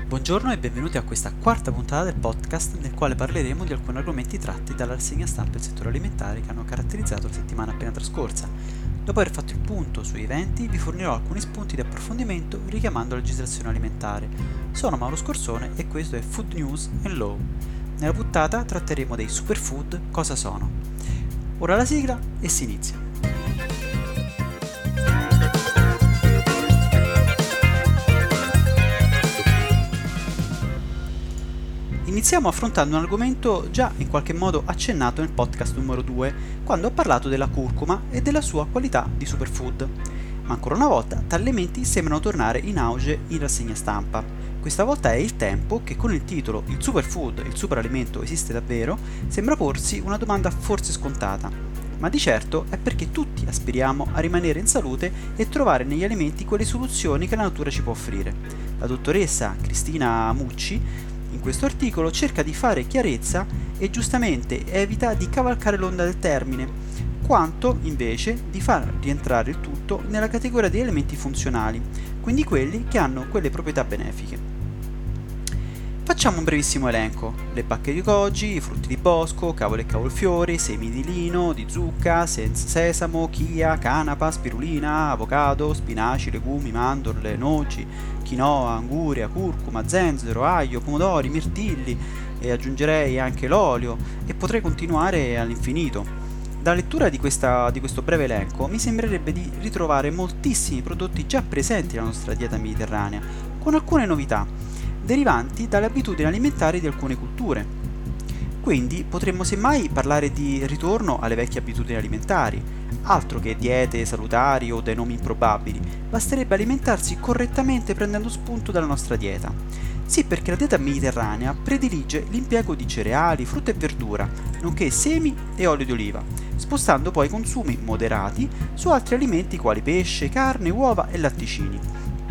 Buongiorno e benvenuti a questa quarta puntata del podcast nel quale parleremo di alcuni argomenti tratti dalla rassegna stampa del settore alimentare che hanno caratterizzato la settimana appena trascorsa. Dopo aver fatto il punto sugli eventi, vi fornirò alcuni spunti di approfondimento richiamando la legislazione alimentare. Sono Mauro Scorsone e questo è Food News and Law. Nella puntata tratteremo dei superfood, cosa sono. Ora la sigla e si inizia. Iniziamo affrontando un argomento già in qualche modo accennato nel podcast numero 2, quando ho parlato della curcuma e della sua qualità di superfood. Ma ancora una volta, tali elementi sembrano tornare in auge in rassegna stampa. Questa volta è il tempo che con il titolo "Il superfood, il superalimento esiste davvero?" sembra porsi una domanda forse scontata. Ma di certo è perché tutti aspiriamo a rimanere in salute e trovare negli alimenti quelle soluzioni che la natura ci può offrire. La dottoressa Cristina Mucci in questo articolo cerca di fare chiarezza e giustamente evita di cavalcare l'onda del termine, quanto invece di far rientrare il tutto nella categoria degli elementi funzionali, quindi quelli che hanno quelle proprietà benefiche. Facciamo un brevissimo elenco: le bacche di goji, i frutti di bosco, cavolo e cavolfiori, semi di lino, di zucca, sesamo, chia, canapa, spirulina, avocado, spinaci, legumi, mandorle, noci, quinoa, anguria, curcuma, zenzero, aglio, pomodori, mirtilli e aggiungerei anche l'olio e potrei continuare all'infinito. Dalla lettura di questo breve elenco mi sembrerebbe di ritrovare moltissimi prodotti già presenti nella nostra dieta mediterranea, con alcune novità derivanti dalle abitudini alimentari di alcune culture. Quindi potremmo semmai parlare di ritorno alle vecchie abitudini alimentari, altro che diete salutari o dai nomi improbabili, basterebbe alimentarsi correttamente prendendo spunto dalla nostra dieta. Sì, perché la dieta mediterranea predilige l'impiego di cereali, frutta e verdura, nonché semi e olio di oliva, spostando poi consumi moderati su altri alimenti quali pesce, carne, uova e latticini.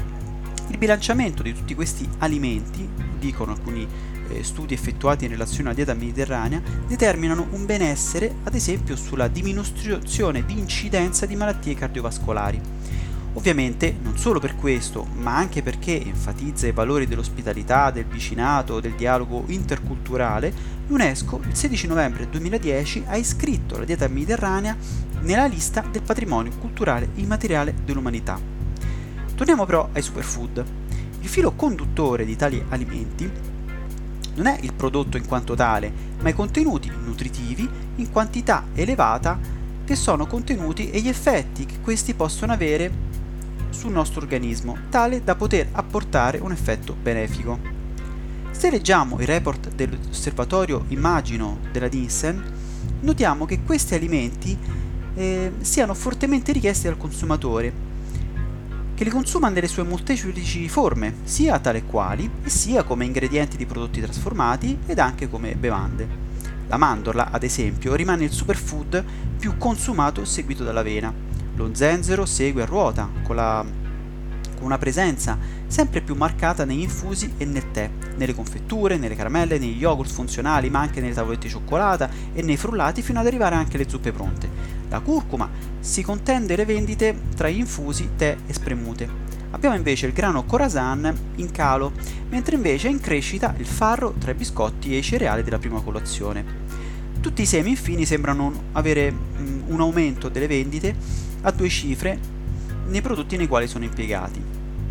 Il bilanciamento di tutti questi alimenti, dicono alcuni studi effettuati in relazione alla dieta mediterranea, determinano un benessere, ad esempio, sulla diminuzione di incidenza di malattie cardiovascolari. Ovviamente, non solo per questo, ma anche perché enfatizza i valori dell'ospitalità, del vicinato, del dialogo interculturale, l'UNESCO il 16 novembre 2010 ha iscritto la dieta mediterranea nella lista del patrimonio culturale immateriale dell'umanità. Torniamo però ai superfood. Il filo conduttore di tali alimenti non è il prodotto in quanto tale, ma i contenuti nutritivi in quantità elevata che sono contenuti e gli effetti che questi possono avere sul nostro organismo, tale da poter apportare un effetto benefico. Se leggiamo il report dell'osservatorio Immagino della Nielsen, notiamo che questi alimenti siano fortemente richiesti dal consumatore, che li consuma nelle sue molteplici forme, sia tale e quali, e sia come ingredienti di prodotti trasformati ed anche come bevande. La mandorla, ad esempio, rimane il superfood più consumato seguito dall'avena. Lo zenzero segue a ruota, con una presenza sempre più marcata negli infusi e nel tè, nelle confetture, nelle caramelle, negli yogurt funzionali, ma anche nelle tavolette di cioccolata e nei frullati fino ad arrivare anche alle zuppe pronte. La curcuma si contende le vendite tra gli infusi, tè e spremute. Abbiamo invece il grano khorasan in calo, mentre invece è in crescita il farro tra i biscotti e i cereali della prima colazione. Tutti i semi infine sembrano avere un aumento delle vendite a 2 cifre nei prodotti nei quali sono impiegati.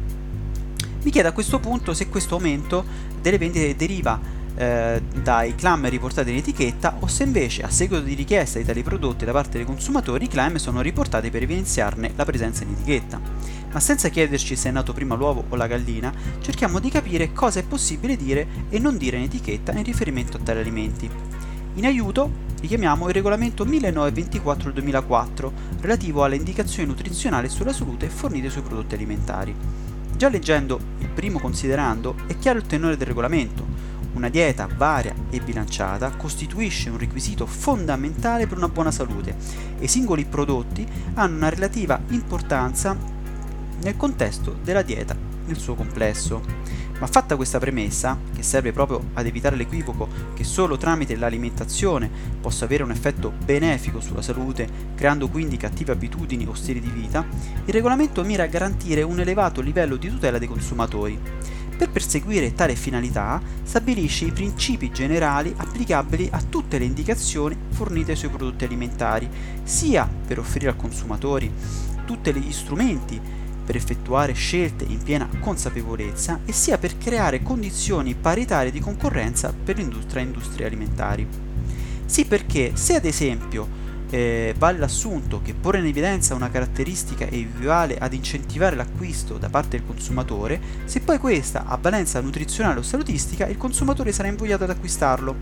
Mi chiedo a questo punto se questo aumento delle vendite deriva dai claim riportati in etichetta o se invece, a seguito di richiesta di tali prodotti da parte dei consumatori, i claim sono riportati per evidenziarne la presenza in etichetta. Ma senza chiederci se è nato prima l'uovo o la gallina, cerchiamo di capire cosa è possibile dire e non dire in etichetta in riferimento a tali alimenti. In aiuto richiamiamo il regolamento 1924/2004 relativo alle indicazioni nutrizionali sulla salute fornite sui prodotti alimentari. Già leggendo il primo considerando è chiaro il tenore del regolamento. Una dieta varia e bilanciata costituisce un requisito fondamentale per una buona salute e i singoli prodotti hanno una relativa importanza nel contesto della dieta nel suo complesso. Ma fatta questa premessa, che serve proprio ad evitare l'equivoco che solo tramite l'alimentazione possa avere un effetto benefico sulla salute, creando quindi cattive abitudini o stili di vita, il regolamento mira a garantire un elevato livello di tutela dei consumatori. per perseguire tale finalità stabilisce i principi generali applicabili a tutte le indicazioni fornite sui prodotti alimentari, sia per offrire al consumatori tutti gli strumenti per effettuare scelte in piena consapevolezza e sia per creare condizioni paritarie di concorrenza per l'industria e industrie alimentari. Sì, perché se ad esempio vale l'assunto che porre in evidenza una caratteristica equivale ad incentivare l'acquisto da parte del consumatore, se poi questa ha valenza nutrizionale o salutistica, il consumatore sarà invogliato ad acquistarlo.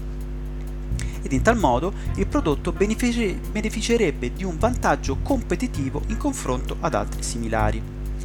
Ed in tal modo il prodotto beneficerebbe di un vantaggio competitivo in confronto ad altri similari.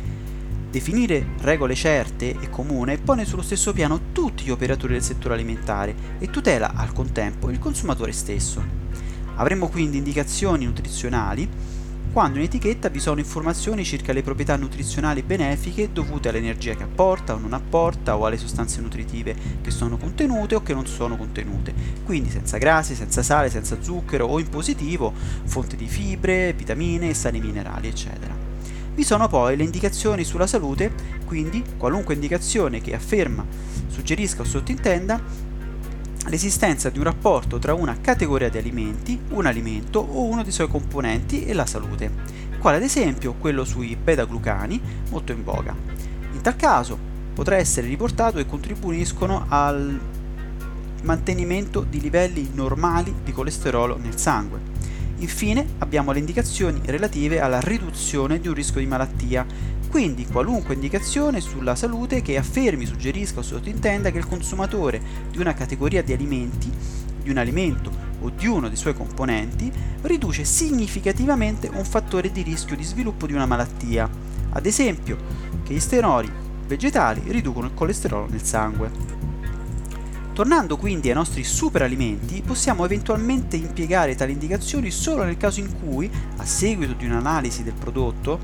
Definire regole certe e comune pone sullo stesso piano tutti gli operatori del settore alimentare e tutela al contempo il consumatore stesso. Avremo quindi indicazioni nutrizionali quando in etichetta vi sono informazioni circa le proprietà nutrizionali benefiche dovute all'energia che apporta o non apporta o alle sostanze nutritive che sono contenute o che non sono contenute, quindi senza grassi, senza sale, senza zucchero o in positivo, fonte di fibre, vitamine, sali minerali, eccetera. Vi sono poi le indicazioni sulla salute, quindi qualunque indicazione che afferma, suggerisca o sottintenda l'esistenza di un rapporto tra una categoria di alimenti, un alimento o uno dei suoi componenti e la salute, quale ad esempio quello sui beta-glucani, molto in voga. In tal caso potrà essere riportato che contribuiscono al mantenimento di livelli normali di colesterolo nel sangue. Infine abbiamo le indicazioni relative alla riduzione di un rischio di malattia, quindi qualunque indicazione sulla salute che affermi, suggerisca o sottintenda che il consumatore di una categoria di alimenti, di un alimento o di uno dei suoi componenti riduce significativamente un fattore di rischio di sviluppo di una malattia, ad esempio che gli steroli vegetali riducono il colesterolo nel sangue. Tornando quindi ai nostri superalimenti, possiamo eventualmente impiegare tali indicazioni solo nel caso in cui, a seguito di un'analisi del prodotto,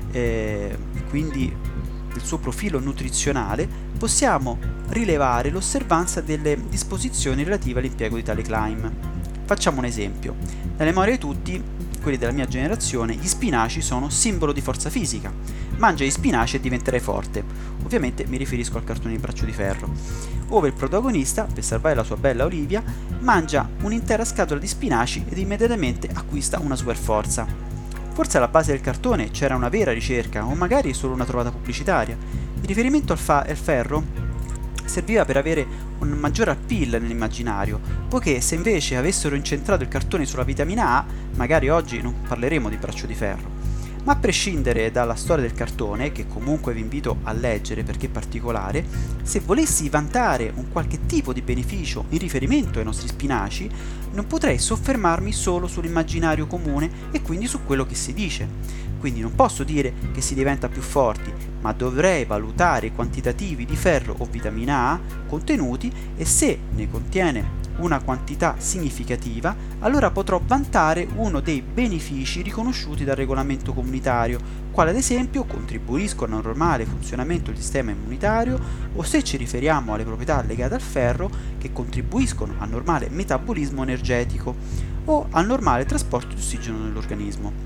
quindi del suo profilo nutrizionale, possiamo rilevare l'osservanza delle disposizioni relative all'impiego di tale claim. Facciamo un esempio. Nella memoria di tutti, quelli della mia generazione, gli spinaci sono simbolo di forza fisica. Mangia gli spinaci e diventerai forte. Ovviamente mi riferisco al cartone di Braccio di Ferro, ove il protagonista, per salvare la sua bella Olivia, mangia un'intera scatola di spinaci ed immediatamente acquista una super forza. Forse alla base del cartone c'era una vera ricerca o magari solo una trovata pubblicitaria. Il riferimento al ferro serviva per avere un maggior appeal nell'immaginario, poiché se invece avessero incentrato il cartone sulla vitamina A, magari oggi non parleremo di Braccio di Ferro. Ma a prescindere dalla storia del cartone, che comunque vi invito a leggere perché è particolare, se volessi vantare un qualche tipo di beneficio in riferimento ai nostri spinaci, non potrei soffermarmi solo sull'immaginario comune e quindi su quello che si dice. Quindi non posso dire che si diventa più forti, ma dovrei valutare i quantitativi di ferro o vitamina A contenuti e se ne contiene una quantità significativa, allora potrò vantare uno dei benefici riconosciuti dal regolamento comunitario, quale ad esempio contribuiscono al normale funzionamento del sistema immunitario o se ci riferiamo alle proprietà legate al ferro che contribuiscono al normale metabolismo energetico o al normale trasporto di ossigeno nell'organismo.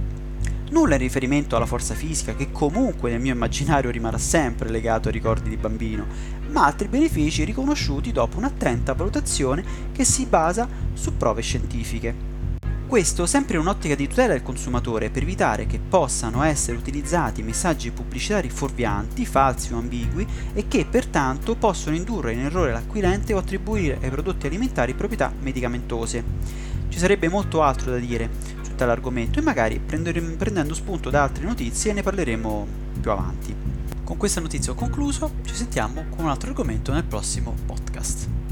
Nulla in riferimento alla forza fisica, che comunque nel mio immaginario rimarrà sempre legato ai ricordi di bambino, ma altri benefici riconosciuti dopo un'attenta valutazione che si basa su prove scientifiche. Questo sempre in un'ottica di tutela del consumatore per evitare che possano essere utilizzati messaggi pubblicitari fuorvianti, falsi o ambigui e che pertanto possono indurre in errore l'acquirente o attribuire ai prodotti alimentari proprietà medicamentose. Ci sarebbe molto altro da dire dall'argomento e magari prendendo spunto da altre notizie ne parleremo più avanti. Con questa notizia ho concluso, ci sentiamo con un altro argomento nel prossimo podcast.